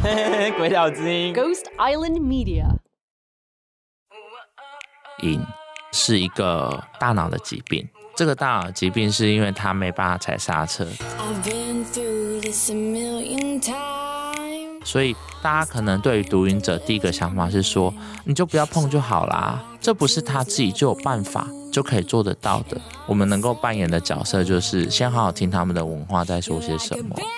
鬼岛之音 Ghost Island Media。 瘾是一个大脑的疾病，这个大脑疾病是因为它没办法踩刹车，所以大家可能对于毒瘾者第一个想法是说，你就不要碰就好啦，这不是他自己就有办法就可以做得到的。我们能够扮演的角色就是先好好听他们的文化在说些什么。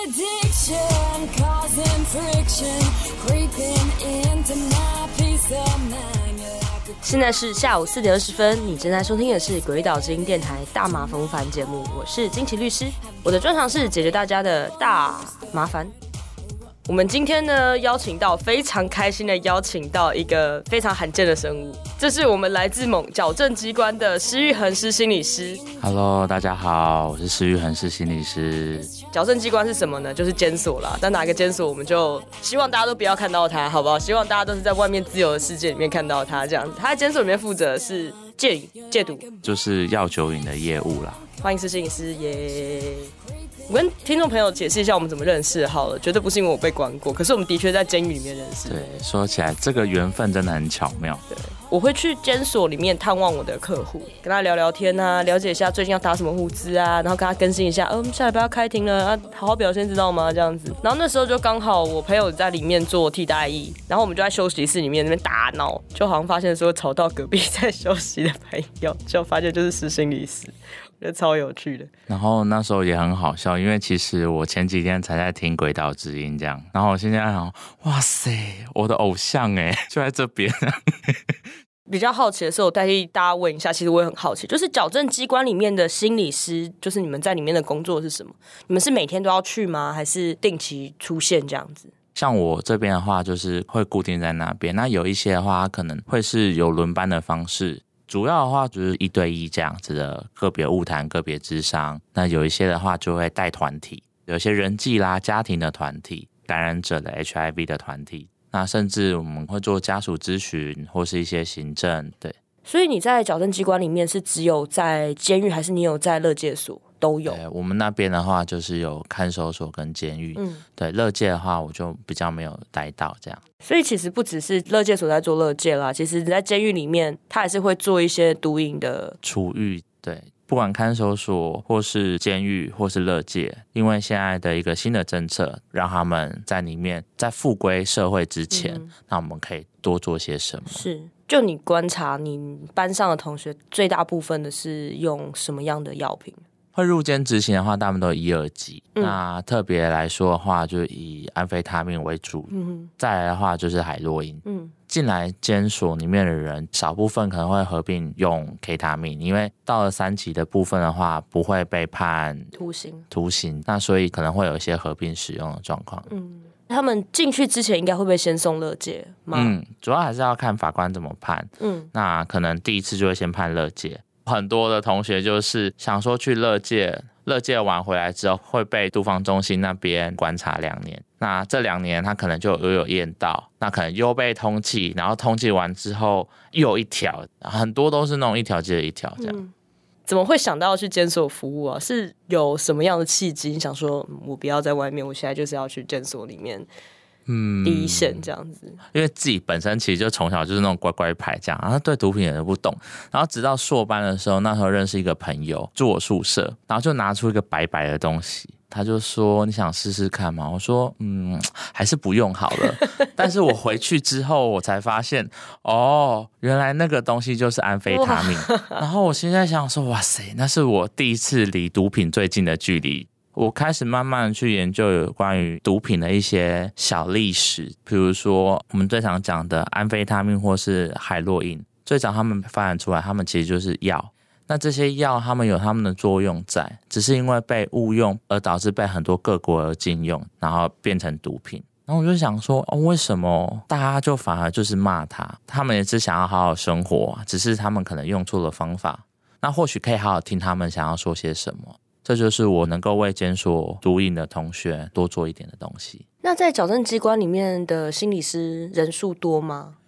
现在是下午4点20分，你正在收听的是鬼岛之音电台大麻烦不烦节目，我是金奇律师，我的专长是解决大家的大麻烦。我们今天呢，非常开心的邀请到一个非常罕见的生物，这是我们来自某矫正机关的施玉恒施心理师。 Hello， 大家好，我是施玉恒施心理师。 矫正机关是什么呢？就是监所啦。但哪个监所，我们就希望大家都不要看到它，好不好？希望大家都是在外面自由的世界里面看到它这样子。他在监所里面负责的是戒毒， 就是药酒瘾的业务啦。 欢迎施心理师耶。我跟听众朋友解释一下我们怎么认识好了，绝对不是因为我被关过，可是我们的确在监狱里面认识。 对，说起来这个缘分真的很巧妙。 对，我会去监所里面探望我的客户，跟他聊聊天啊，了解一下最近要打什么物资啊，然后跟他更新一下，下礼拜要开庭了啊，好好表现知道吗？这样子。然后那时候就刚好我朋友在里面做替代役，然后我们就在休息室里面那边打闹，就好像发现说吵到隔壁在休息的朋友，就发现就是施心理师。觉得超有趣的， 然后那时候也很好笑，因为其实我前几天才在听鬼岛之音这样，然后我现在想，哇塞，我的偶像哎，就在这边。 比较好奇的是，我代替大家问一下，其实我也很好奇，就是矫正机关里面的心理师，就是你们在里面的工作是什么？你们是每天都要去吗？还是定期出现这样子？ 像我这边的话，就是会固定在那边，那有一些的话，它可能会是有轮班的方式。主要的话就是1对1这样子的个别晤谈、个别諮商，那有一些的话就会带团体，有些人际啦、家庭的团体、感染者的 HIV 的团体，那甚至我们会做家属咨询或是一些行政。对， 所以你在矫正机关里面是只有在监狱，还是你有在勒戒所？都有。 对，我们那边的话就是有看守所跟监狱。对，勒戒的话我就比较没有待到这样。 所以其实不只是勒戒所在做勒戒啦，其实你在监狱里面他还是会做一些毒瘾的处遇。对，不管看守所或是监狱或是勒戒，因为现在的一个新的政策让他们在里面在复归社会之前，那我们可以多做些什么。 是，就你观察你班上的同学最大部分的是用什么样的药品？ 会入监执行的话，大部分都1、2级。那特别来说的话，就以安非他命为主。再来的话就是海洛因。进来监所里面的人，少部分可能会合并用 K 他命，因为到了3级的部分的话，不会被判徒刑，那所以可能会有一些合并使用的状况。 他们进去之前应该会不会先送勒戒吗？ 主要还是要看法官怎么判。那可能第一次就会先判勒戒。很多的同学就是想说去勒戒完回来之后会被毒防中心那边观察2年，那这2年他可能就有验到，那可能又被通缉，然后通缉完之后又有1条，很多都是那种1条接着1条这样。 怎么会想到要去监所服务啊？是有什么样的契机？你想说我不要在外面，我现在就是要去监所里面第一线这样子。 因为自己本身其实就从小就是那种乖乖牌这样，然后对毒品也不懂，然后直到硕班的时候，那时候认识一个朋友住我宿舍，然后就拿出一个白白的东西，他就说你想试试看吗？我说还是不用好了。但是我回去之后我才发现，原来那个东西就是安非他命。然后我现在想说，哇塞，那是我第一次离毒品最近的距离。我开始慢慢去研究有关于毒品的一些小历史，比如说我们最常讲的安非他命或是海洛因，最早他们发展出来，他们其实就是药。那这些药他们有他们的作用在，只是因为被误用而导致被很多各国而禁用，然后变成毒品。然后我就想说，为什么大家就反而就是骂他们也是想要好好生活，只是他们可能用错了方法。那或许可以好好听他们想要说些什么。这就是我能够为监所毒瘾的同学多做一点的东西。 那在矫正机关里面的心理师人数多吗？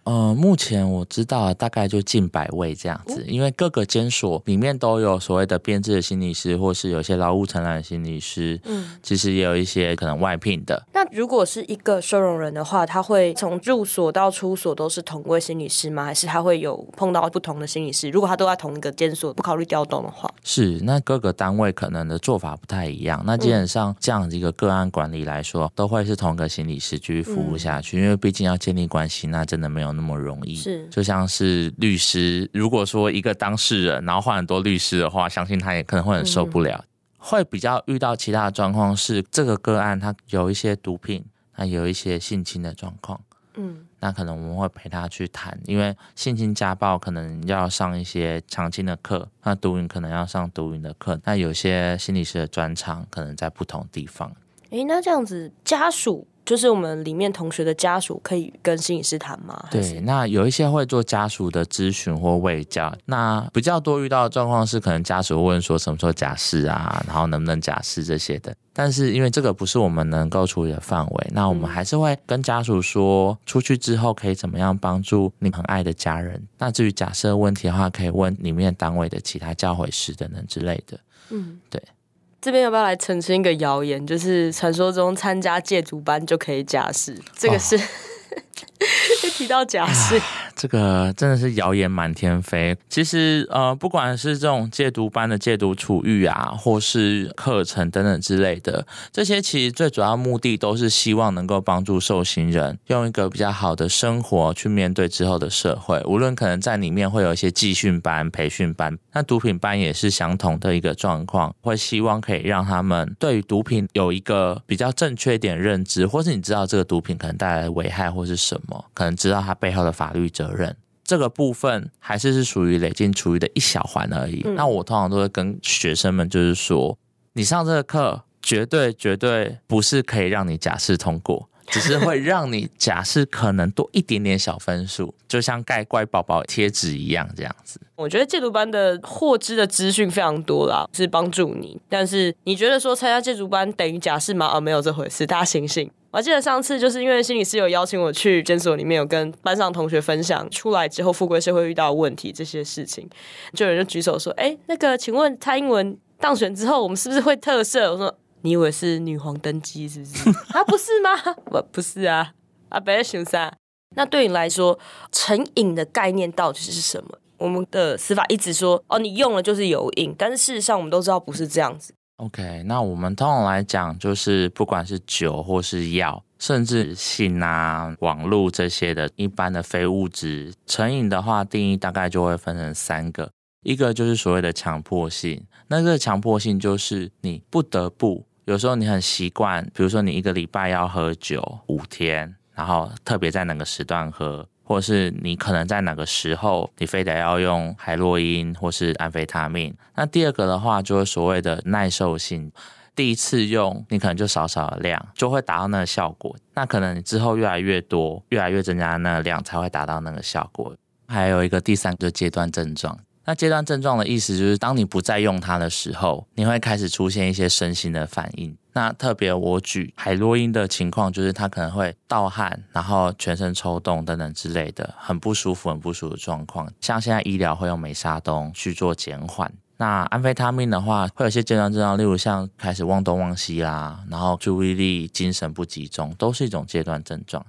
目前我知道大概就近100位这样子，因为各个监所里面都有所谓的编制的心理师，或是有些劳务承揽的心理师，其实也有一些可能外聘的。 那如果是一个收容人的话，他会从入所到出所都是同位心理师吗？还是他会有碰到不同的心理师？如果他都在同一个监所，不考虑调动的话， 是，那各个单位可能的做法不太一样。那基本上这样的一个个案管理来说，都会是同一个心理师继续服务下去，因为毕竟要建立关系，那真的没有那么容易。 是， 就像是律师，如果说一个当事人然后换很多律师的话，相信他也可能会很受不了。会比较遇到其他的状况是，这个个案他有一些毒品，他有一些性侵的状况，那可能我们会陪他去谈，因为性侵家暴可能要上一些强侵的课，那毒瘾可能要上毒瘾的课，那有些心理师的专长可能在不同地方。 那这样子家属就是我们里面同学的家属可以跟心理师谈吗？ 对，那有一些会做家属的咨询或卫教，那比较多遇到的状况是可能家属问说什么时候假释啊，然后能不能假释这些的，但是因为这个不是我们能够处理的范围，那我们还是会跟家属说出去之后可以怎么样帮助你很爱的家人。那至于假设问题的话，可以问里面单位的其他教诲师等等之类的。对。 这边要不要来澄清一个谣言，就是传说中参加戒毒班就可以假释，这个是一提到假释， 这个真的是谣言满天飞。其实不管是这种戒毒班的戒毒处遇啊，或是课程等等之类的，这些其实最主要目的都是希望能够帮助受刑人用一个比较好的生活去面对之后的社会。无论可能在里面会有一些技训班、培训班，那毒品班也是相同的一个状况，会希望可以让他们对于毒品有一个比较正确一点认知，或是你知道这个毒品可能带来的危害或是什么，可能知道它背后的法律责任。这个部分还是属于累进处遇的一小环而已。那我通常都会跟学生们就是说，你上这个课绝对不是可以让你假释通过，只是会让你假释可能多一点点小分数，就像盖乖宝宝贴纸一样这样子。 我觉得戒毒班的获知的资讯非常多啦，是帮助你，但是你觉得说参加戒毒班等于假释吗？没有这回事，大家醒醒。我还记得上次就是因为心理师有邀请我去监所里面，有跟班上同学分享出来之后复归社会遇到的问题这些事情，就有人就举手说，那个请问蔡英文当选之后我们是不是会特赦？我说你以为是女皇登基是不是？不是吗？不是啊，不要想啥。那对你来说成瘾的概念到底是什么？我们的司法一直说你用了就是有瘾，但是事实上我们都知道不是这样子。 OK， 那我们通常来讲，就是不管是酒或是药，甚至性啊、网络这些的一般的非物质成瘾的话，定义大概就会分成3个。一个就是所谓的强迫性，那这个强迫性就是你不得不，有时候你很习惯，比如说你1个礼拜要喝酒5天，然后特别在哪个时段喝，或者是你可能在哪个时候你非得要用海洛因或是安非他命。那第二个的话就是所谓的耐受性，第一次用你可能就少少的量就会达到那个效果，那可能你之后越来越多越来越增加那个量才会达到那个效果。还有一个第3个就是阶段症状，那阶段症状的意思就是当你不再用它的时候，你会开始出现一些身心的反应。那特别我举海洛因的情况，就是它可能会盗汗，然后全身抽动等等之类的，很不舒服的状况。像现在医疗会用美沙酮去做减缓。那安非他命的话，会有些阶段症状，例如像开始忘东忘西啦，然后注意力精神不集中，都是一种阶段症状。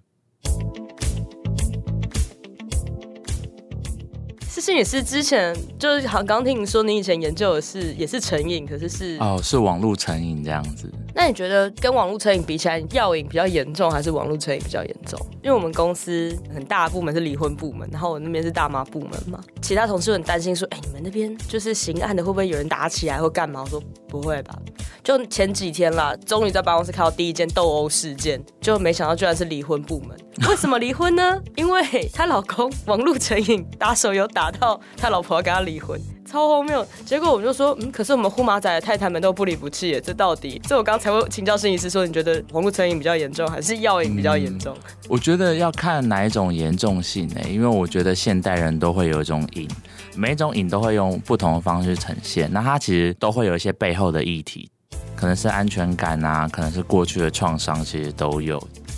是你是之前就是好像刚听你说你以前研究的是也是成瘾，可是是网络成瘾这样子。 那你觉得跟网络成瘾比起来，药瘾比较严重还是网络成瘾比较严重？因为我们公司很大的部门是离婚部门，然后我那边是大麻部门嘛，其他同事很担心说你们那边就是刑案的会不会有人打起来或干嘛？我说不会吧，就前几天啦，终于在办公室看到第一件斗殴事件，就没想到居然是离婚部门。为什么离婚呢？因为她老公网络成瘾，打手游打到她老婆要跟他离婚，超荒谬。结果我们就说可是我们呼马仔的太太们都不离不弃耶，这到底？所以我刚才会请教心理师说，你觉得网络成瘾比较严重还是药瘾比较严重？ 我觉得要看哪一种严重性因为我觉得现代人都会有一种瘾，每一种瘾都会用不同的方式呈现，那它其实都会有一些背后的议题，可能是安全感啊，可能是过去的创伤，其实都有。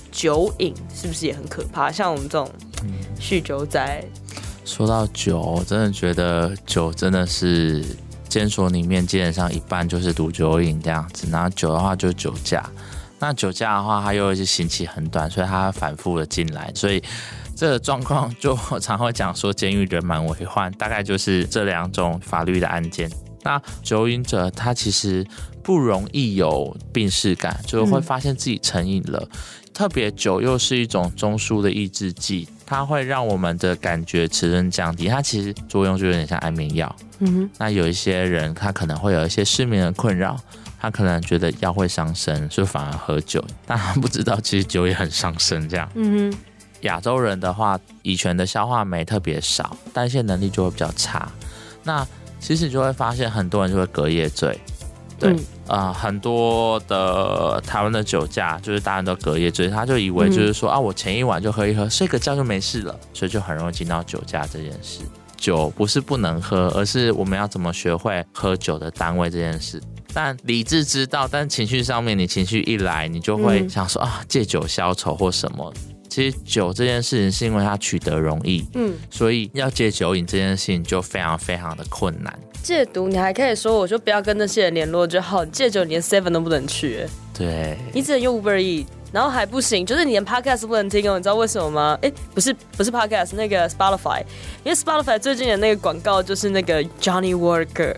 酒瘾是不是也很可怕？像我们这种酗酒仔， 说到酒，我真的觉得酒真的是监所里面基本上一半就是赌酒瘾这样子，然后酒的话就是酒驾。那酒驾的话，它又是刑期很短，所以它反复的进来，所以这个状况就我常会讲说，监狱人满为患，大概就是这2种法律的案件。那酒瘾者他其实不容易有病识感，就会发现自己成瘾了。特别酒又是一种中枢的抑制剂，它会让我们的感觉齿轮降低，它其实作用就有点像安眠药。那有一些人他可能会有一些失眠的困扰，他可能觉得药会伤身，所以反而喝酒，但他不知道其实酒也很伤身这样。亚洲人的话，乙醛的消化酶特别少，代谢能力就会比较差。那其实就会发现很多人就会隔夜醉。对，很多的台湾的酒驾就是大家都隔夜醉，他就以为就是说我前一晚就喝一喝，睡个觉就没事了，所以就很容易进到酒驾这件事。酒不是不能喝，而是我们要怎么学会喝酒的单位这件事。但理智知道，但情绪上面，你情绪一来，你就会想说借酒消愁或什么。其实酒这件事情是因为它取得容易，所以要戒酒瘾这件事情就非常非常的困难。 戒毒你还可以说，我就不要跟那些人联络就好。你戒酒连 7 都不能去， 对， 你只能用 Uber Eats， 然后还不行，就是你连 Podcast 不能听哦。你知道为什么吗？不是 Podcast， 那个 Spotify， 因为 Spotify 最近的那个广告就是那个 Johnny Walker，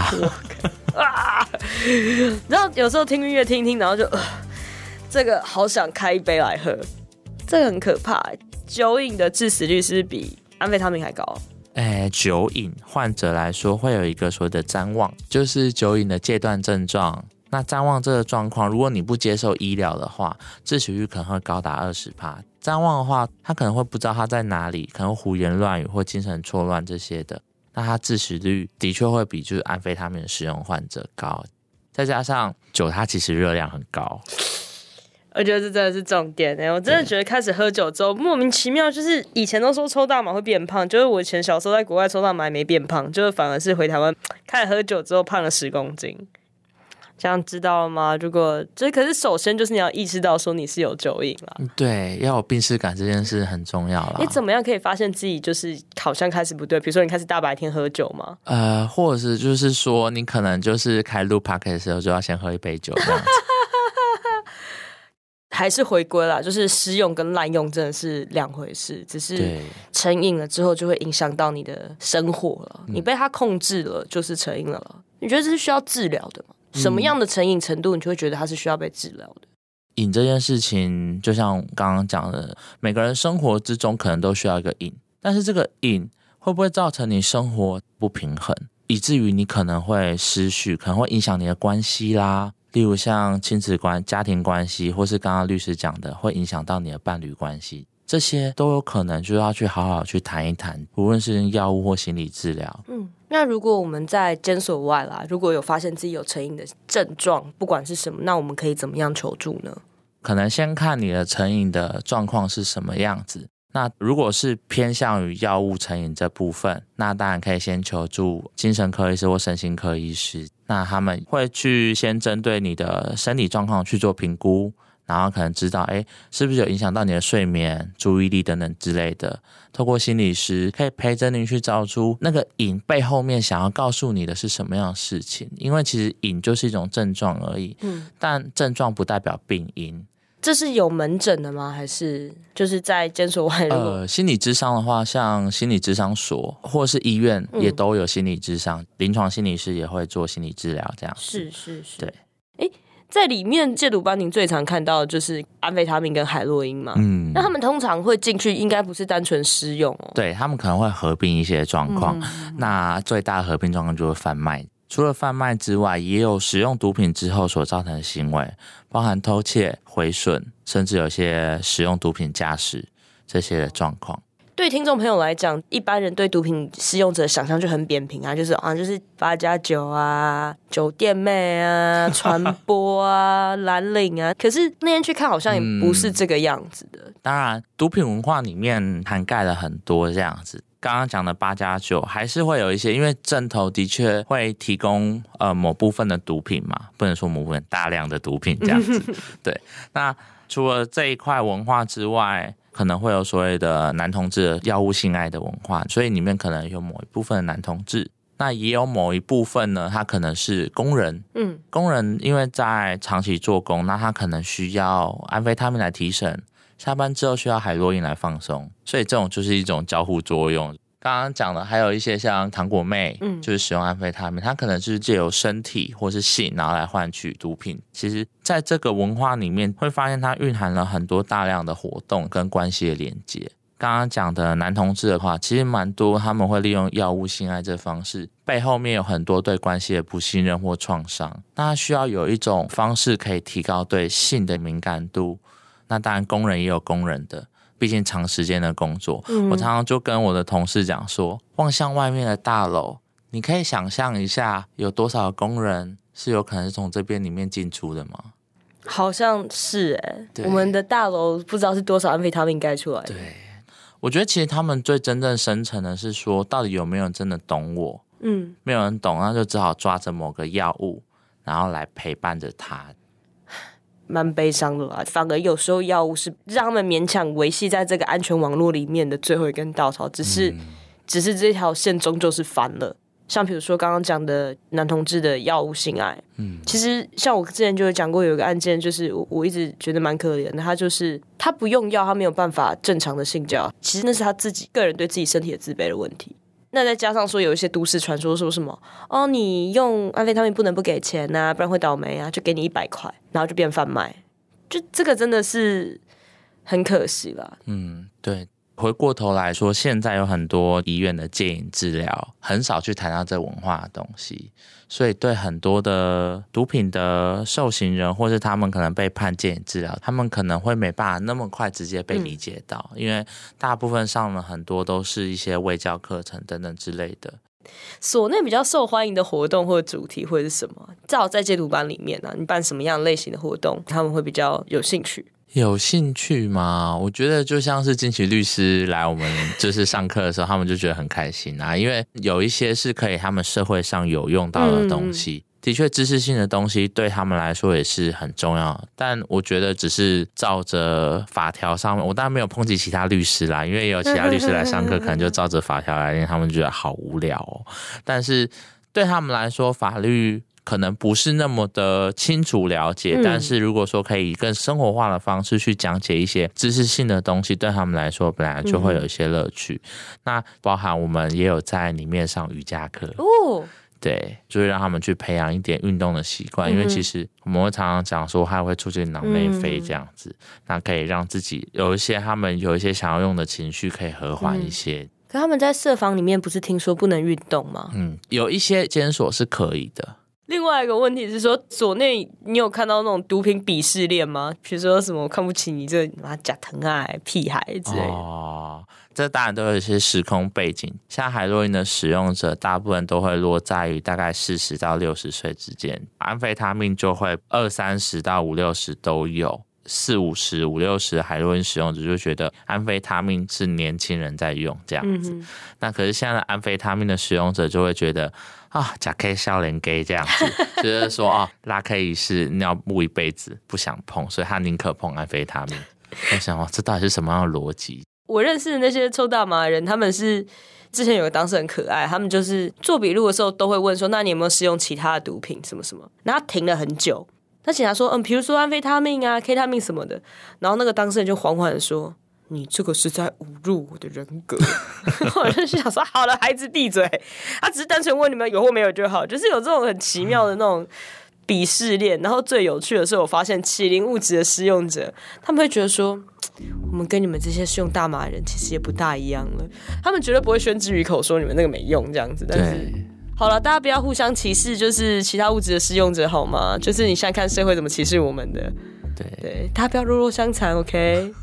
然后有时候听音乐听一听，然后就这个好想开一杯来喝。这个很可怕，酒瘾的致死率是不是比安非他命还高？ 酒瘾患者来说会有一个所谓的谵妄，就是酒瘾的戒断症状。那谵妄这个状况，如果你不接受医疗的话，致死率可能会高达 20%。谵妄的话，他可能会不知道他在哪里，可能胡言乱语或精神错乱这些的，那他致死率的确会比就是安非他命的使用患者高。再加上酒它其实热量很高， 我觉得这真的是重点我真的觉得开始喝酒之后莫名其妙，就是以前都说抽大麻会变胖，就是我以前小时候在国外抽大麻也没变胖，就是反而是回台湾开始喝酒之后胖了10公斤。这样知道了吗？可是首先就是你要意识到说你是有酒瘾啦。 对，要有病识感这件事很重要啦。 你怎么样可以发现自己就是好像开始不对？比如说你开始大白天喝酒吗？ 或者是就是说你可能就是开录 podcast 的时候就要先喝一杯酒这样子。 还是回归啦，就是施用跟滥用真的是两回事，只是成瘾了之后就会影响到你的生活了，你被它控制了就是成瘾了啦。你觉得这是需要治疗的吗？什么样的成瘾程度你就会觉得它是需要被治疗的？ 瘾这件事情就像刚刚讲的，每个人生活之中可能都需要一个瘾，但是这个瘾会不会造成你生活不平衡，以至于你可能会失序，可能会影响你的关系啦，例如像亲子关、家庭关系，或是刚刚律师讲的会影响到你的伴侣关系，这些都有可能就要去好好去谈一谈，无论是药物或心理治疗。 那如果我们在监所外啦，如果有发现自己有成瘾的症状，不管是什么，那我们可以怎么样求助呢？ 可能先看你的成瘾的状况是什么样子。那如果是偏向于药物成瘾这部分，那当然可以先求助精神科医师或身心科医师，那他们会去先针对你的身体状况去做评估，然后可能知道是不是有影响到你的睡眠、注意力等等之类的，透过心理师可以陪着你去找出那个瘾背后面想要告诉你的是什么样的事情，因为其实瘾就是一种症状而已，但症状不代表病因。 这是有门诊的吗？还是就是在监所外？ 心理咨商的话，像心理咨商所或是医院也都有心理咨商，临床心理师也会做心理治疗这样子。 是。 对。 在里面戒毒班您最常看到的就是安非他命跟海洛因嘛，那他们通常会进去应该不是单纯施用哦， 对，他们可能会合并一些状况，那最大的合并状况就是贩卖。除了贩卖之外，也有使用毒品之后所造成的行为，包含偷窃、毁损，甚至有些使用毒品驾驶这些的状况。 对听众朋友来讲，一般人对毒品使用者的想象就很扁平啊，就是8+9啊、酒店妹啊、传播啊、蓝领啊。可是那天去看，好像也不是这个样子的。 当然，毒品文化里面涵盖了很多这样子。刚刚讲的8+9还是会有一些，因为镇头的确会提供某部分的毒品嘛，不能说某部分，大量的毒品这样子。对，那除了这一块文化之外，可能会有所谓的男同志的药物性爱的文化，所以里面可能有某一部分的男同志，那也有某一部分呢，他可能是工人。工人因为在长期做工，那他可能需要安非他命来提神，下班之后需要海洛因来放松，所以这种就是一种交互作用。刚刚讲的还有一些像糖果妹，就是使用安非他命，它可能就是借由身体或是性然后来换取毒品。其实在这个文化里面会发现它蕴含了很多大量的活动跟关系的连接。刚刚讲的男同志的话，其实蛮多他们会利用药物性爱这方式，背后面有很多对关系的不信任或创伤，那他需要有一种方式可以提高对性的敏感度。那当然工人也有工人的，毕竟长时间的工作，我常常就跟我的同事讲说，望向外面的大楼，你可以想象一下有多少工人是有可能是从这边里面进出的吗？ 好像是我们的大楼不知道是多少安非他命盖出来的。 对，我觉得其实他们最真正深层的是说，到底有没有人真的懂我？没有人懂，那就只好抓着某个药物，然后来陪伴着他。 蛮悲伤的啦，反而有时候药物是让他们勉强维系在这个安全网络里面的最后一根稻草，只是这条线终究是翻了。像比如说刚刚讲的男同志的药物性爱，其实像我之前就有讲过，有一个案件，就是我一直觉得蛮可怜的，他就是他不用药，他没有办法正常的性交，其实那是他自己个人对自己身体的自卑的问题。那再加上说有一些都市传说说什么你用安非他命不能不给钱啊，不然会倒霉啊，就给你100块，然后就变贩卖，就这个真的是很可惜啦。 对。回过头来说，现在有很多医院的戒瘾治疗很少去谈到这文化的东西，所以对很多的毒品的受刑人，或是他们可能被判戒瘾治疗，他们可能会没办法那么快直接被理解到，因为大部分上了很多都是一些卫教课程等等之类的。 所内比较受欢迎的活动或者主题会是什么？至少在戒毒班里面啊，你办什么样类型的活动，他们会比较有兴趣？ 有兴趣吗？我觉得就像是金奇律师来我们就是上课的时候，他们就觉得很开心啊，因为有一些是可以他们社会上有用到的东西。的确知识性的东西对他们来说也是很重要，但我觉得只是照着法条上面，我当然没有抨击其他律师啦，因为有其他律师来上课可能就照着法条来念，他们觉得好无聊但是对他们来说法律可能不是那么的清楚了解，但是如果说可以以更生活化的方式去讲解一些知识性的东西，对他们来说本来就会有一些乐趣。那包含我们也有在里面上瑜伽课对，就是让他们去培养一点运动的习惯，因为其实我们会常常讲说它会促进脑内啡这样子，那可以让自己他们有一些想要用的情绪可以和缓一些。 可他们在社房里面不是听说不能运动吗？ 有一些监所是可以的。 另外一个问题是说，所内你有看到那种毒品鄙视链吗？比如说什么我看不起你这假疼爱屁孩之类的。 这当然都有一些时空背景，像海洛因的使用者大部分都会落在于大概40到60岁之间，安非他命就会20-30到50-60都有，40-50、50-60的海洛因使用者就觉得安非他命是年轻人在用这样子。那可是现在的安非他命的使用者就会觉得假 K 少年 gay 这样子，就是说拉 K 一世尿布一辈子不想碰，所以他宁可碰安非他命。我想这到底是什么样的逻辑？ 我认识的那些抽大麻的人，他们是之前有个当事人很可爱，他们就是做笔录的时候都会问说，那你有没有使用其他的毒品什么什么？然后他停了很久，他警察说比如说安非他命啊 K 他命什么的，然后那个当事人就缓缓的说，你这个是在侮辱我的人格。我就想说好了，孩子闭嘴，他只是单纯问你们有或没有就好，就是有这种很奇妙的那种鄙视链。然后最有趣的是我发现起灵物质的使用者，他们会觉得说我们跟你们这些使用大麻的人其实也不大一样了，他们绝对不会宣之于口说你们那个没用这样子。但是好了，大家不要互相歧视就是其他物质的使用者好吗？就是你现在看社会怎么歧视我们的。对，大家不要弱弱相残 OK。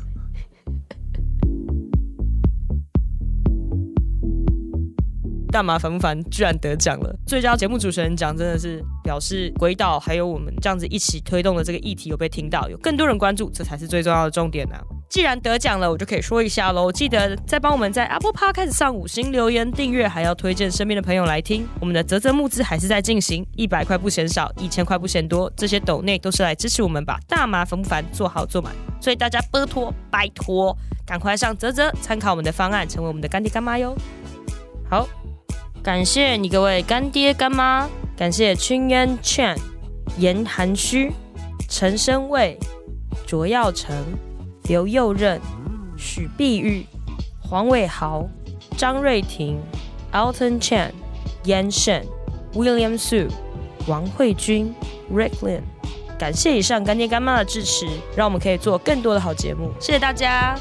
大麻烦不烦居然得奖了，最佳节目主持人奖真的是表示鬼岛还有我们这样子一起推动的这个议题有被听到，有更多人关注，这才是最重要的重点啊。既然得奖了，我就可以说一下咯，记得再帮我们在 Apple Podcast 上5星留言订阅，还要推荐身边的朋友来听。我们的嘖募资还是在进行，100块不嫌少，1000块不嫌多，这些抖内都是来支持我们把大麻烦不烦做好做满。 所以大家拜托，赶快上嘖嘖参考我们的方案，成为我们的干爹干妈哟。好，感谢你各位干爹干妈，感谢青渊 Chan、严寒虚、陈生卫、卓耀成、刘佑任、许碧玉、黄伟豪、张瑞婷、Alton Chan、Yan Shen、William Su、王慧君、Rick Lin。感谢以上干爹干妈的支持，让我们可以做更多的好节目。谢谢大家。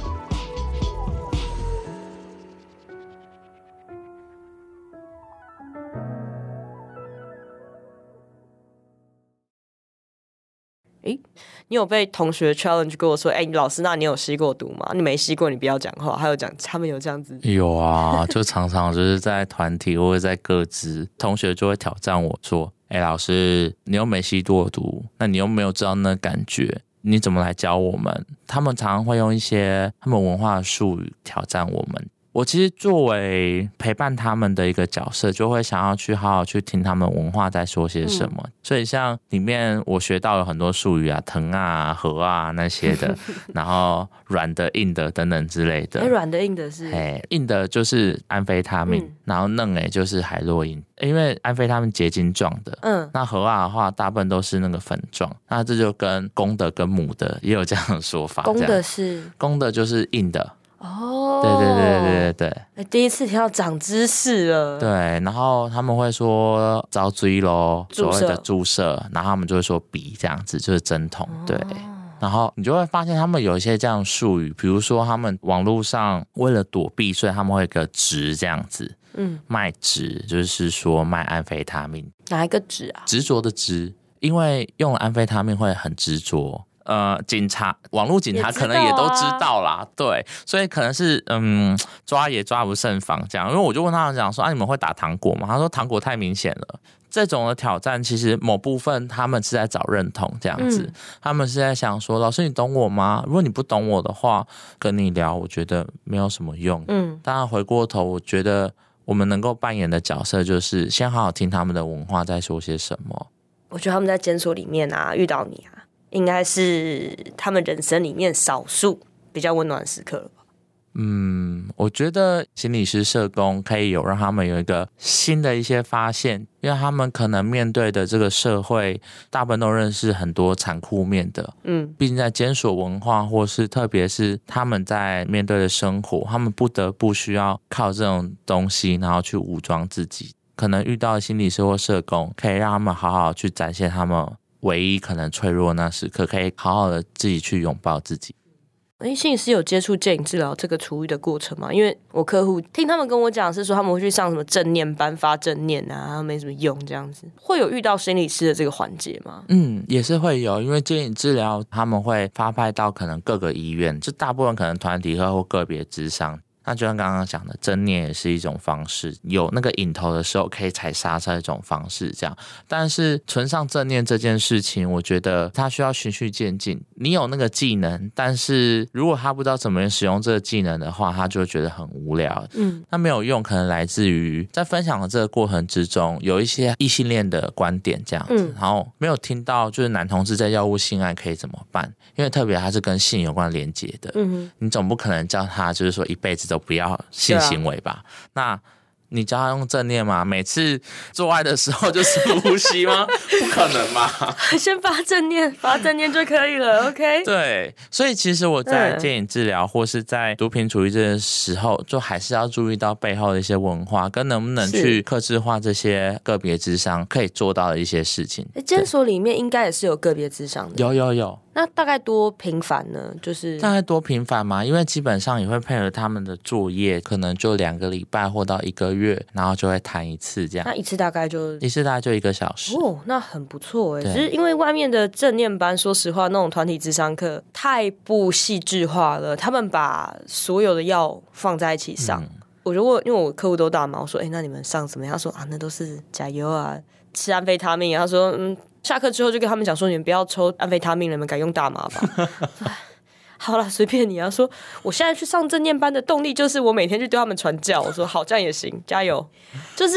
你有被同学 challenge 过说，老师，那你有吸过毒吗？你没吸过，你不要讲话。还有讲，他们有这样子？ 有啊，就常常就是在团体或者在各自，同学就会挑战我说，老师，你又没吸过毒，那你又没有知道那感觉，你怎么来教我们？他们常常会用一些他们文化的术语挑战我们。我其实作为陪伴他们的一个角色，就会想要去好好去听他们文化在说些什么。所以像里面我学到有很多术语啊，藤啊、核啊那些的，然后软的、硬的等等之类的。 软的、硬的是？ 硬的就是安非他命，然后嫩就是海洛因。因为安非他命结晶状的，那核啊的话大部分都是那个粉状，那这就跟公的跟母的也有这样的说法。 公的是？公的就是硬的。 哦， 对， 第一次听到长知识了。 对，然后他们会说遭追咯，所谓的注射，然后他们就会说鼻这样子，就是针筒。对，然后你就会发现他们有一些这样的术语，比如说他们网络上为了躲避，所以他们会有个执这样子，卖执就是说卖安非他命。 哪一个执啊？ 执着的执，因为用了安非他命会很执着。警察，网络警察可能也都知道啦，对，所以可能是抓也抓不胜防这样。因为我就问他们讲说，你们会打糖果吗？他说糖果太明显了。这种的挑战，其实某部分他们是在找认同这样子，他们是在想说，老师你懂我吗？如果你不懂我的话，跟你聊，我觉得没有什么用。当然回过头，我觉得我们能够扮演的角色，就是先好好听他们的文化在说些什么。 我觉得他们在监所里面啊，遇到你啊，应该是他们人生里面少数比较温暖的时刻了吧。 我觉得心理师社工可以让他们有一个新的一些发现，因为他们可能面对的这个社会大部分都认识很多残酷面的，毕竟在监所文化或是特别是他们在面对的生活，他们不得不需要靠这种东西然后去武装自己，可能遇到心理师或社工可以让他们好好去展现他们唯一可能脆弱的那时刻，可以好好的自己去拥抱自己。 心理师有接触戒瘾治疗这个处遇的过程吗？因为我客户听他们跟我讲是说他们会去上什么正念班发正念啊，没什么用这样子，会有遇到心理师的这个环节吗？ 也是会有，因为戒瘾治疗他们会发派到可能各个医院，就大部分可能团体或个别咨商。那就像刚刚讲的，正念也是一种方式，有那个瘾头的时候可以踩刹车的一种方式这样。但是纯上正念这件事情，我觉得它需要循序渐进。你有那个技能，但是如果他不知道怎么使用这个技能的话，他就会觉得很无聊。那没有用，可能来自于在分享的这个过程之中，有一些异性恋的观点这样子，然后没有听到就是男同志在药物性爱可以怎么办，因为特别它是跟性有关连结的。你总不可能叫他就是说一辈子都不要性行为吧？那你教他用正念吗？每次做爱的时候就深呼吸吗？不可能吧？ 先发正念就可以了。OK， 对，所以其实我在戒瘾治疗或是在毒品处理这个时候，就还是要注意到背后的一些文化，跟能不能去客制化这些个别諮商可以做到的一些事情。 监所里面应该也是有个别諮商的， 有。 那大概多频繁呢？就是大概多频繁嘛？因为基本上也会配合他们的作业，可能就2个礼拜或到1个月，然后就会谈一次这样。 那一次大概就 1个小时哦，那很不错哎。只是因为外面的正念班，说实话，那种团体諮商课太不细致化了，他们把所有的药放在一起上。我如果因为我客户都大嘛，我说那你们上什么？他说那都是加油啊，吃安非他命。他说下课之后就跟他们讲说，你们不要抽安非他命了，你们改用大麻吧。好啦，随便你啊。说我现在去上正念班的动力就是我每天去对他们传教。我说好，这样也行，加油。就是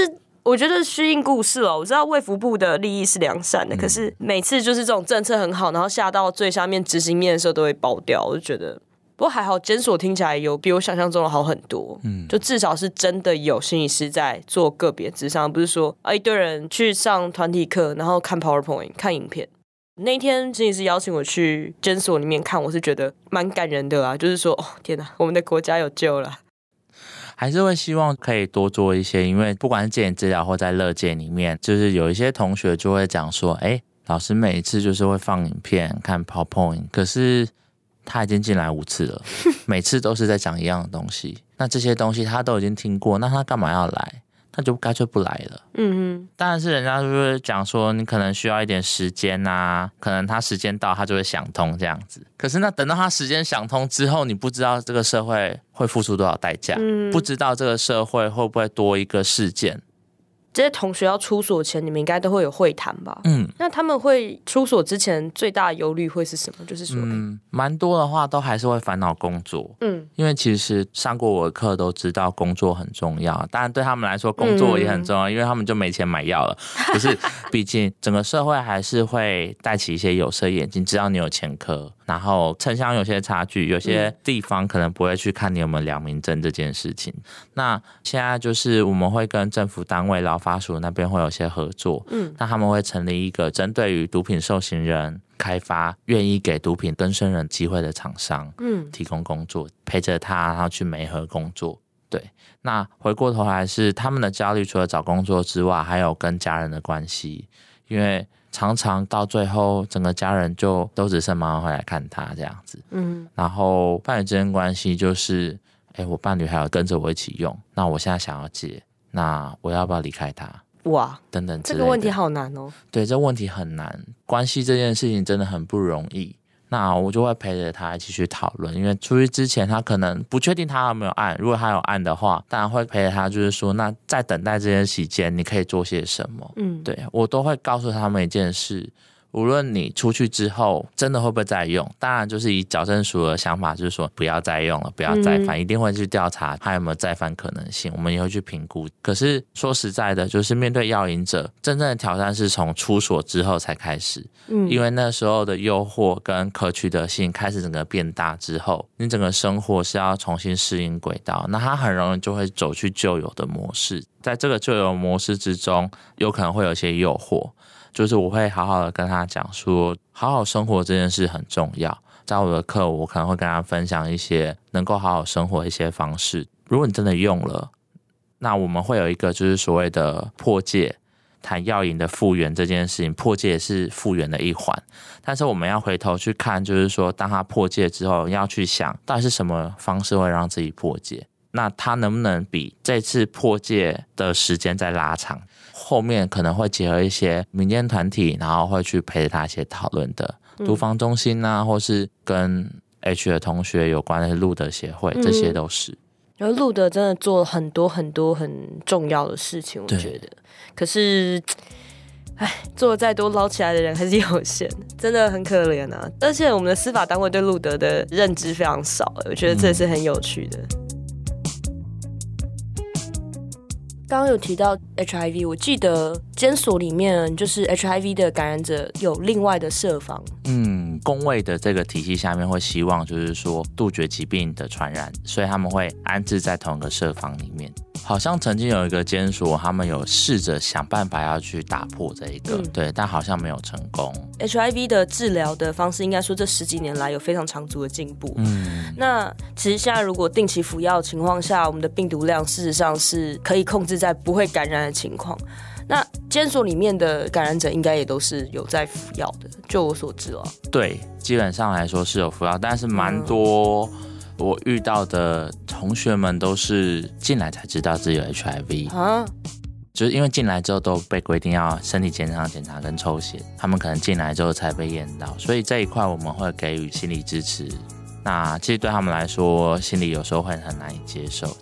我觉得虚应故事哦，我知道卫福部的利益是良善的，可是每次就是这种政策很好，然后下到最下面执行面的时候都会爆掉，我就觉得。不过还好，监所听起来有比我想象中的好很多，就至少是真的有心理师在做个别咨商，不是说一堆人去上团体课，然后看 PowerPoint 看影片。那一天心理师邀请我去监所里面看，我是觉得蛮感人的啦，就是说天哪，我们的国家有救了。 还是会希望可以多做一些，因为不管是戒瘾治疗或在乐戒里面，就是有一些同学就会讲说，老师每一次就是会放影片看 PowerPoint， 可是他已经进来5次了，每次都是在讲一样的东西，那这些东西他都已经听过，那他干嘛要来？他就干脆不来了。当然是人家就会讲说你可能需要一点时间啊，可能他时间到他就会想通这样子。可是那等到他时间想通之后，你不知道这个社会会付出多少代价，不知道这个社会会不会多一个事件。 这些同学要出所前，你们应该都会有会谈吧？那他们会出所之前最大的忧虑会是什么？就是说， 蛮多的话都还是会烦恼工作。因为其实上过我的课都知道工作很重要，当然对他们来说工作也很重要，因为他们就没钱买药了。可是毕竟整个社会还是会带起一些有色眼镜，知道你有前科，然后城乡有些差距，有些地方可能不会去看你有没有良民证这件事情。那现在就是我们会跟政府单位劳发署那边会有些合作，那他们会成立一个针对于毒品受刑人开发愿意给毒品更生人机会的厂商，提供工作，陪着他然后去媒合工作。对，那回过头来是他们的焦虑，除了找工作之外，还有跟家人的关系，因为常常到最后整个家人就都只剩妈妈会来看他这样子。然后伴侣之间关系就是我伴侣还有跟着我一起用，那我现在想要戒，那我要不要离开他？哇，等等之类的。这个问题好难哦。对，这问题很难，关系这件事情真的很不容易。那我就会陪着他一起去讨论，因为出去之前他可能不确定他有没有案，如果他有案的话，当然会陪着他，就是说那在等待这件期间你可以做些什么。对，我都会告诉他们一件事，无论你出去之后真的会不会再用，当然就是以矫正署的想法，就是说不要再用了，不要再犯，一定会去调查他有没有再犯可能性，我们也会去评估。可是说实在的，就是面对药瘾者，真正的挑战是从出所之后才开始。因为那时候的诱惑跟可取得性开始整个变大之后，你整个生活是要重新适应轨道，那他很容易就会走去旧有的模式，在这个旧有模式之中有可能会有一些诱惑，就是我会好好的跟他讲说，好好生活这件事很重要。在我的课，我可能会跟他分享一些能够好好生活的一些方式。如果你真的用了，那我们会有一个就是所谓的破戒，谈药瘾的复原这件事情，破戒也是复原的一环。但是我们要回头去看，就是说当他破戒之后，要去想到底是什么方式会让自己破戒，那他能不能比这次破戒的时间再拉长，后面可能会结合一些民间团体，然后会去陪着他一起讨论的毒防中心啊，或是跟 H 的同学有关的路德协会，这些都是。 然后路德真的做了很多很多很重要的事情，我觉得。可是，做的再多捞起来的人还是有限，真的很可怜啊！而且我们的司法单位对路德的认知非常少，我觉得这也是很有趣的。刚刚有提到 HIV， 我记得监所里面就是 HIV 的感染者有另外的设防。 公卫的这个体系下面会希望就是说杜绝疾病的传染，所以他们会安置在同一个设防里面。好像曾经有一个监所，他们有试着想办法要去打破这一个，对，但好像没有成功。 HIV 的治疗的方式，应该说这10几年来有非常长足的进步。那其实现在如果定期服药的情况下，我们的病毒量事实上是可以控制在不会感染的情况。那监所里面的感染者应该也都是有在服药的，就我所知哦。对， 基本上来说是有服药，但是蛮多我遇到的同学们都是进来才知道自己有 HIV 啊，就是因为进来之后都被规定要身体健康检查跟抽血，他们可能进来之后才被验到，所以这一块我们会给予心理支持。那其实对他们来说，心里有时候会很难以接受这样。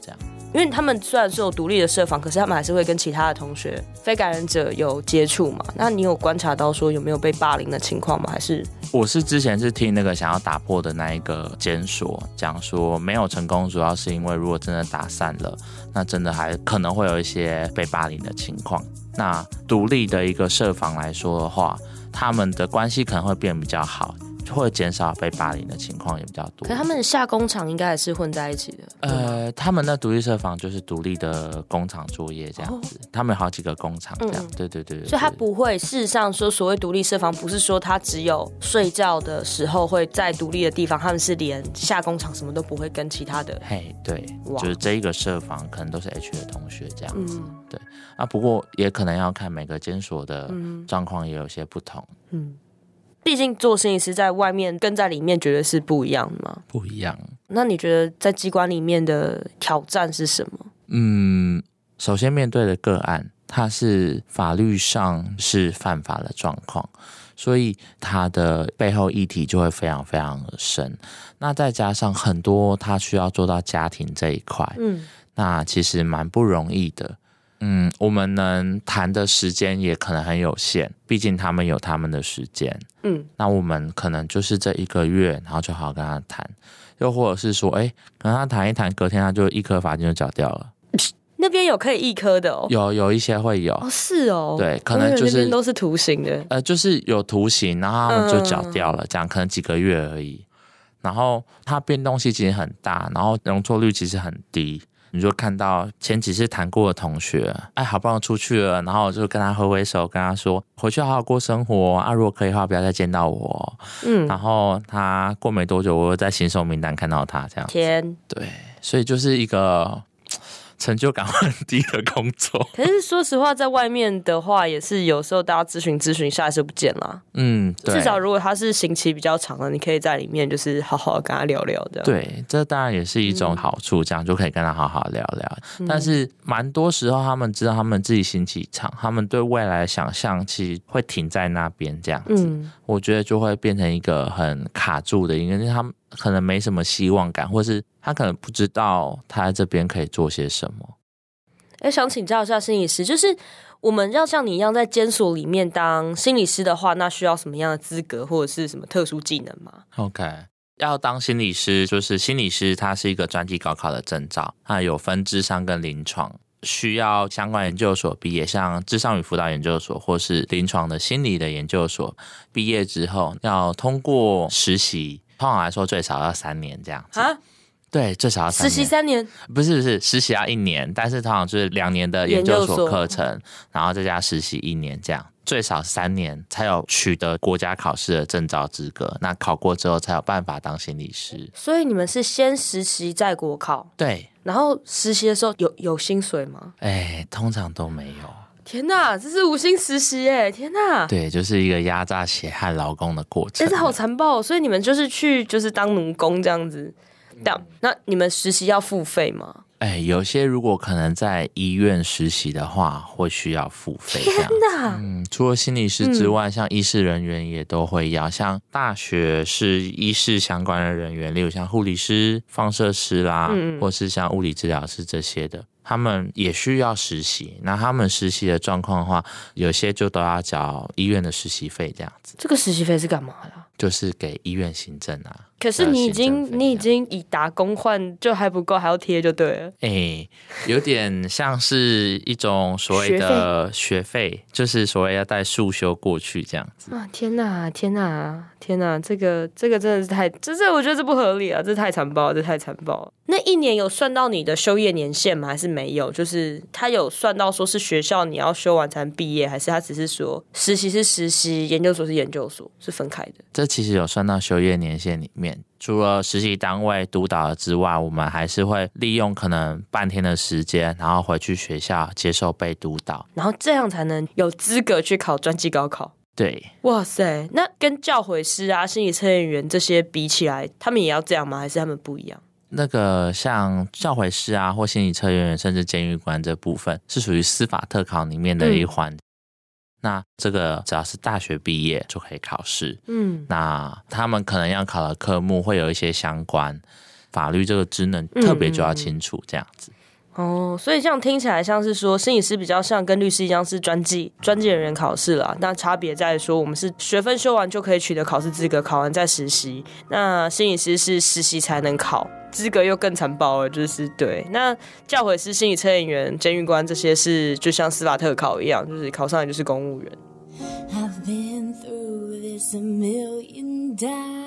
因为他们虽然是有独立的社房，可是他们还是会跟其他的同学非感染者有接触嘛。那你有观察到说有没有被霸凌的情况吗？还是我是之前是听那个想要打破的那一个监所讲说，没有成功主要是因为如果真的打散了，那真的还可能会有一些被霸凌的情况。那独立的一个社房来说的话，他们的关系可能会变比较好，会减少被霸凌的情况也比较多。 可是他们下工厂应该也是混在一起的。 他们的独立社房就是独立的工厂作业这样子，他们有好几个工厂这样。对对对， 所以他不会，事实上说所谓独立社房，不是说他只有睡觉的时候会在独立的地方，他们是连下工厂什么都不会跟其他的。 嘿，对，就是这一个社房可能都是 H 的同学这样子。对啊，不过也可能要看每个监所的状况也有些不同。 毕竟做心理师在外面跟在里面绝对是不一样的嘛。 不一样。 那你觉得在机关里面的挑战是什么？ 首先面对的个案，它是法律上是犯法的状况，所以它的背后议题就会非常非常的深。那再加上很多他需要做到家庭这一块，那其实蛮不容易的。我们能谈的时间也可能很有限，毕竟他们有他们的时间。那我们可能就是这1个月，然后就好好跟他谈，又或者是说，跟他谈一谈，隔天他就1颗罚金就缴掉了。 那边有可以1颗的哦？有一些会有。 是哦。 对，可能就是那边都是徒刑的。 就是有徒刑，然后他们就缴掉了，这样可能几个月而已。然后它变动性其实很大，然后容错率其实很低。你就看到前几次谈过的同学，好不容易出去了，然后就跟他挥挥手，跟他说回去好好过生活啊，如果可以的话不要再见到我。然后他过没多久，我又在新手名单看到他这样。 天， 对，所以就是一个成就感很低的工作。 可是说实话，在外面的话，也是有时候大家咨询下来就不见了。 对。 至少如果他是刑期比较长的，你可以在里面就是好好跟他聊聊的。 对，这当然也是一种好处，这样就可以跟他好好聊聊。但是蛮多时候他们知道他们自己刑期长，他们对未来的想象其实会停在那边这样子。我觉得就会变成一个很卡住的，因为他们可能没什么希望感，或是他可能不知道他在这边可以做些什么。 想请教一下心理师，就是我们要像你一样在监所里面当心理师的话，那需要什么样的资格或者是什么特殊技能吗？ OK， 要当心理师，就是心理师它是一个专技高考的证照，它有分諮商跟临床，需要相关研究所毕业，像諮商与辅导研究所或是临床的心理的研究所毕业之后，要通过实习，通常来说最少要3年这样子。对，最少要3年。实习3年？不是，实习要1年，但是通常就是2年的研究所课程，然后再加实习1年这样，最少3年才有取得国家考试的证照资格。那考过之后才有办法当心理师。所以你们是先实习再国考？ 对。 然后实习的时候有薪水吗？ 通常都没有。 天哪，这是无薪实习耶！天哪， 对，就是一个压榨血汗劳工的过程。 这好残暴哦！所以你们就是去当奴工这样子。那你们实习要付费吗？ 有些如果可能在医院实习的话，会需要付费。 天哪！ 除了心理师之外，像医事人员也都会要，像大学是医事相关的人员，例如像护理师、放射师啦，或是像物理治疗师这些的，他们也需要实习。那他们实习的状况的话，有些就都要缴医院的实习费这样子。 这个实习费是干嘛的？ 就是给医院行政啊。 可是你已经以打工换就还不够，还要贴就对了。 有点像是一种所谓的学费，就是所谓要带速修过去这样子。 天哪，这个真的是这我觉得这不合理啊，这太残暴了，那1年有算到你的修业年限吗？还是没有？就是他有算到说是学校你要修完才能毕业，还是他只是说实习是实习，研究所是研究所，是分开的？ 这其实有算到修业年限里面。除了实习单位督导之外，我们还是会利用可能半天的时间，然后回去学校接受被督导， 然后这样才能有资格去考专技高考。 对， 哇塞，那跟教诲师啊、心理测验员这些比起来，他们也要这样吗？还是他们不一样？ 那个像教诲师啊，或心理测验员，甚至监狱官这部分，是属于司法特考里面的一环。那这个只要是大学毕业就可以考试。那他们可能要考的科目会有一些相关法律这个职能，特别就要清楚这样子。 哦，所以这样听起来像是说，心理师比较像跟律师一样是专技人员考试啦。那差别在说，我们是学分修完就可以取得考试资格，考完再实习。那心理师是实习才能考，资格又更残暴了，就是对。那教诲师、心理测验员、监狱官这些是就像司法特考一样，就是考上来就是公务员。I've been through this a million times。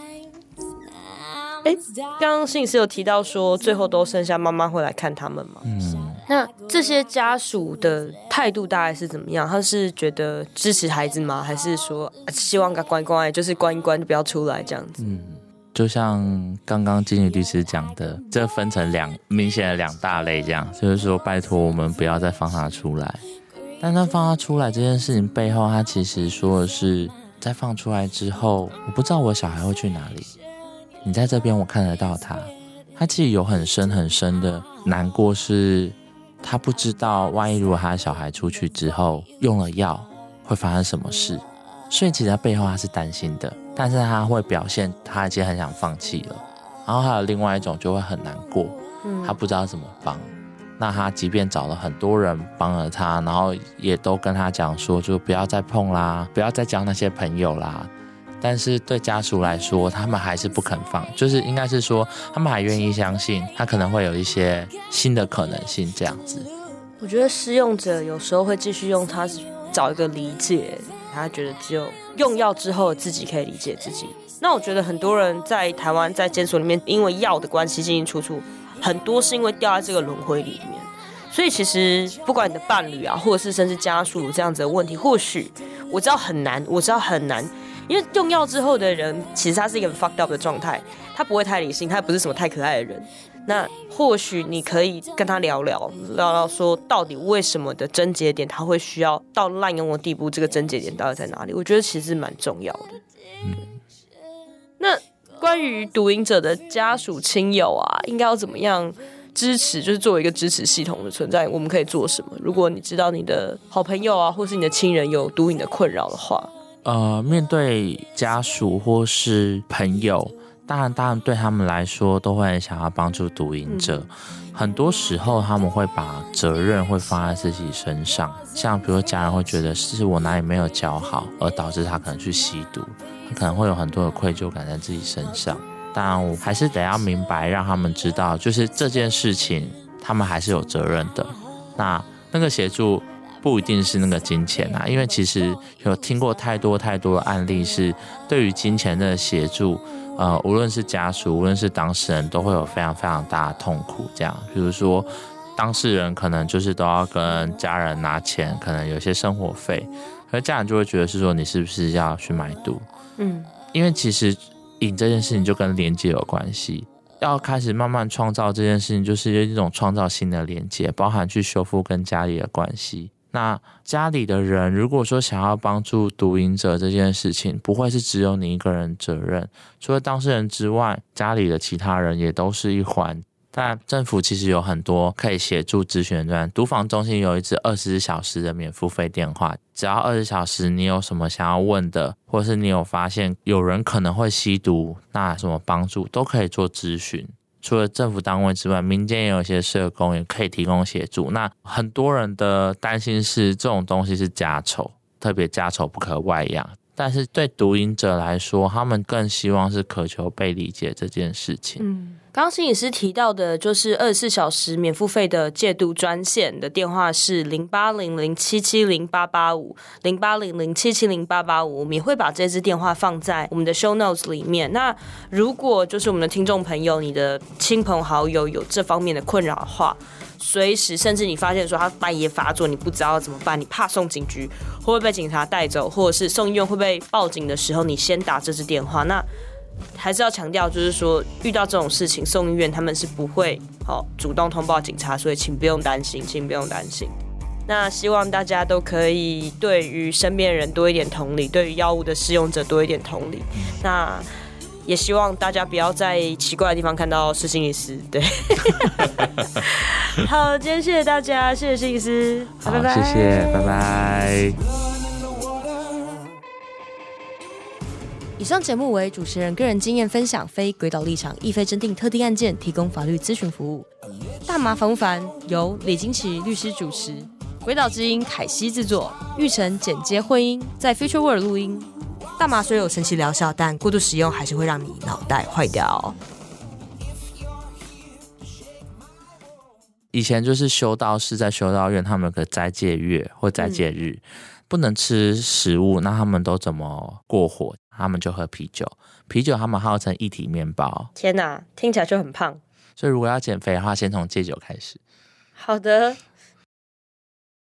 刚刚心理师有提到说，最后都剩下妈妈会来看他们嘛？那这些家属的态度大概是怎么样？他是觉得支持孩子吗？还是说希望他关关，就是关一关就不要出来这样子？ 就像刚刚金宇律师讲的，这分成明显的两大类，这样就是说，拜托我们不要再放他出来。但他放他出来这件事情背后，他其实说的是，在放出来之后，我不知道我小孩会去哪里。你在这边我看得到他其实有很深很深的难过，是他不知道万一如果他的小孩出去之后用了药会发生什么事，所以其实他背后他是担心的，但是他会表现他已经很想放弃了。然后还有另外一种就会很难过，他不知道怎么帮。那他即便找了很多人帮了他，然后也都跟他讲说就不要再碰啦，不要再交那些朋友啦，但是对家属来说，他们还是不肯放，就是应该是说他们还愿意相信他可能会有一些新的可能性这样子。 我觉得施用者有时候会继续用他找一个理解，他觉得只有用药之后自己可以理解自己。那我觉得很多人在台湾在监所里面因为药的关系进进出出，很多是因为掉在这个轮回里面。所以其实不管你的伴侣啊，或者是甚至家属有这样子的问题，或许我知道很难，因为用药之后的人其实他是一个 fucked up 的状态，他不会太理性，他不是什么太可爱的人。那或许你可以跟他聊聊说到底为什么的症结点他会需要到滥用的地步，这个症结点到底在哪里，我觉得其实蛮重要的。那关于毒瘾者的家属亲友啊，应该要怎么样支持，就是作为一个支持系统的存在，我们可以做什么？如果你知道你的好朋友啊，或是你的亲人有毒瘾的困扰的话， 面对家属或是朋友，当然对他们来说都会很想要帮助毒瘾者。很多时候他们会把责任会放在自己身上，像比如说家人会觉得是我哪里没有教好，而导致他可能去吸毒，他可能会有很多的愧疚感在自己身上。当然我还是得要明白，让他们知道就是这件事情他们还是有责任的。那个协助不一定是那个金钱啊，因为其实有听过太多的案例是对于金钱的协助，无论是家属无论是当事人都会有非常非常大的痛苦。这样比如说当事人可能就是都要跟家人拿钱，可能有些生活费，可是家人就会觉得是说你是不是要去买毒。因为其实瘾这件事情就跟连接有关系，要开始慢慢创造这件事情，就是一种创造新的连接，包含去修复跟家里的关系。那家里的人如果说想要帮助毒瘾者这件事情，不会是只有你一个人责任，除了当事人之外，家里的其他人也都是一环。但政府其实有很多可以协助咨询的专，毒防中心有一支24小时的免付费电话，只要20小时你有什么想要问的，或是你有发现有人可能会吸毒，那什么帮助都可以做咨询。除了政府单位之外，民间也有一些社工也可以提供协助。那很多人的担心是这种东西是家丑，特别家丑不可外扬，但是对毒瘾者来说，他们更希望是渴求被理解这件事情。 刚刚心理师提到的就是24小时免付费的戒毒专线的电话是0800770885 0800770885，我们也会把这支电话放在我们的 show notes 里面。那如果就是我们的听众朋友，你的亲朋好友有这方面的困扰的话，随时甚至你发现说他半夜发作，你不知道怎么办，你怕送警局会不会被警察带走，或者是送医院会被报警的时候，你先打这支电话。那还是要强调，就是说遇到这种事情送医院他们是不会主动通报警察，所以请不用担心。那希望大家都可以对于身边人多一点同理，对于药物的使用者多一点同理。那也希望大家不要在奇怪的地方看到是心理师。对，好，今天谢谢大家，谢谢心理师，拜拜。 谢谢，拜拜。 以上节目为主持人个人经验分享，非轨道立场，亦非侦定特定案件，提供法律咨询服务。大大麻烦不烦？由李金奇律师主持，鬼岛之音凯西制作，玉成剪接混音，在 Future World 录音。大麻虽有神奇疗效，但过度使用还是会让你脑袋坏掉。 以前就是修道士在修道院，他们有个斋戒月或斋戒日，不能吃食物，那他们都怎么过活？他们就喝啤酒，啤酒他们号称一体面包。 天哪，听起来就很胖。 所以如果要减肥的话，先从戒酒开始。 好的。